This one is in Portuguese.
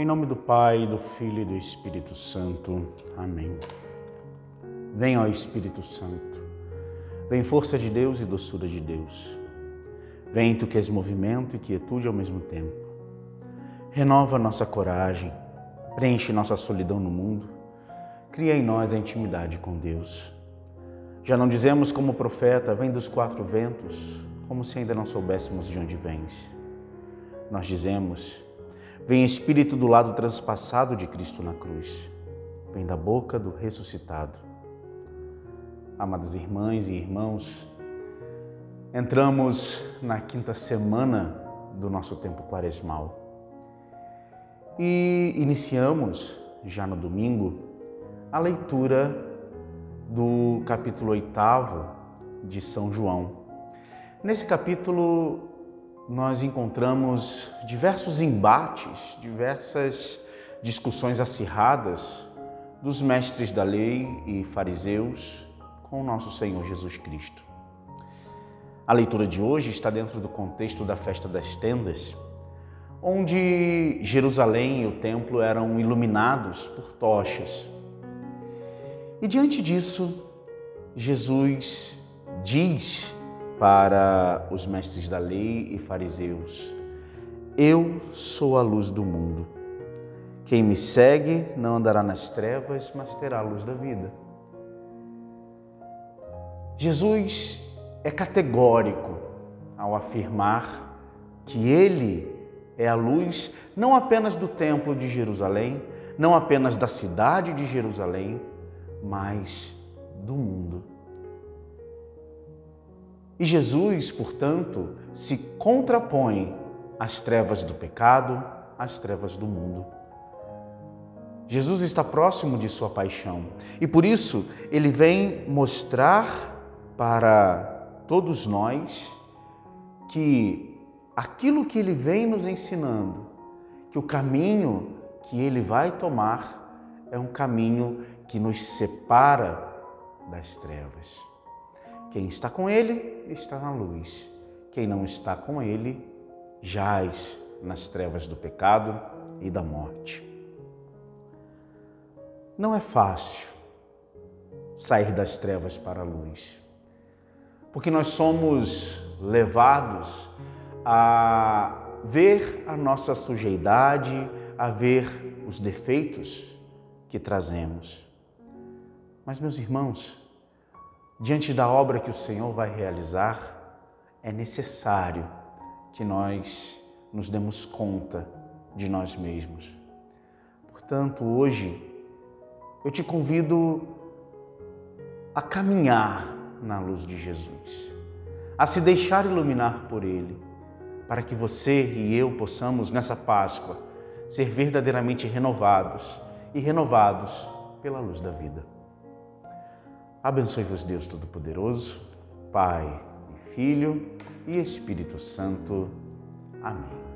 Em nome do Pai, do Filho e do Espírito Santo. Amém. Vem, ó Espírito Santo. Vem, força de Deus e doçura de Deus. Vem, tu que és movimento e quietude ao mesmo tempo. Renova nossa coragem, preenche nossa solidão no mundo, cria em nós a intimidade com Deus. Já não dizemos como o profeta, vem dos quatro ventos, como se ainda não soubéssemos de onde vens. Nós dizemos, vem Espírito do lado transpassado de Cristo na cruz, vem da boca do ressuscitado. Amadas irmãs e irmãos, entramos na quinta semana do nosso tempo quaresmal e iniciamos, já no domingo, a leitura do capítulo 8 de São João. Nesse capítulo, nós encontramos diversos embates, diversas discussões acirradas dos mestres da lei e fariseus com o nosso Senhor Jesus Cristo. A leitura de hoje está dentro do contexto da Festa das Tendas, onde Jerusalém e o templo eram iluminados por tochas. E diante disso, Jesus diz para os mestres da lei e fariseus: eu sou a luz do mundo. Quem me segue não andará nas trevas, mas terá a luz da vida. Jesus é categórico ao afirmar que Ele é a luz não apenas do templo de Jerusalém, não apenas da cidade de Jerusalém, mas do mundo. E Jesus, portanto, se contrapõe às trevas do pecado, às trevas do mundo. Jesus está próximo de sua paixão e por isso ele vem mostrar para todos nós que aquilo que ele vem nos ensinando, que o caminho que ele vai tomar é um caminho que nos separa das trevas. Quem está com ele está na luz. Quem não está com ele jaz nas trevas do pecado e da morte. Não é fácil sair das trevas para a luz, porque nós somos levados a ver a nossa sujidade, a ver os defeitos que trazemos. Mas, meus irmãos, diante da obra que o Senhor vai realizar, é necessário que nós nos demos conta de nós mesmos. Portanto, hoje, eu te convido a caminhar na luz de Jesus, a se deixar iluminar por Ele, para que você e eu possamos, nessa Páscoa, ser verdadeiramente renovados e renovados pela luz da vida. Abençoe-vos Deus Todo-Poderoso, Pai e Filho e Espírito Santo. Amém.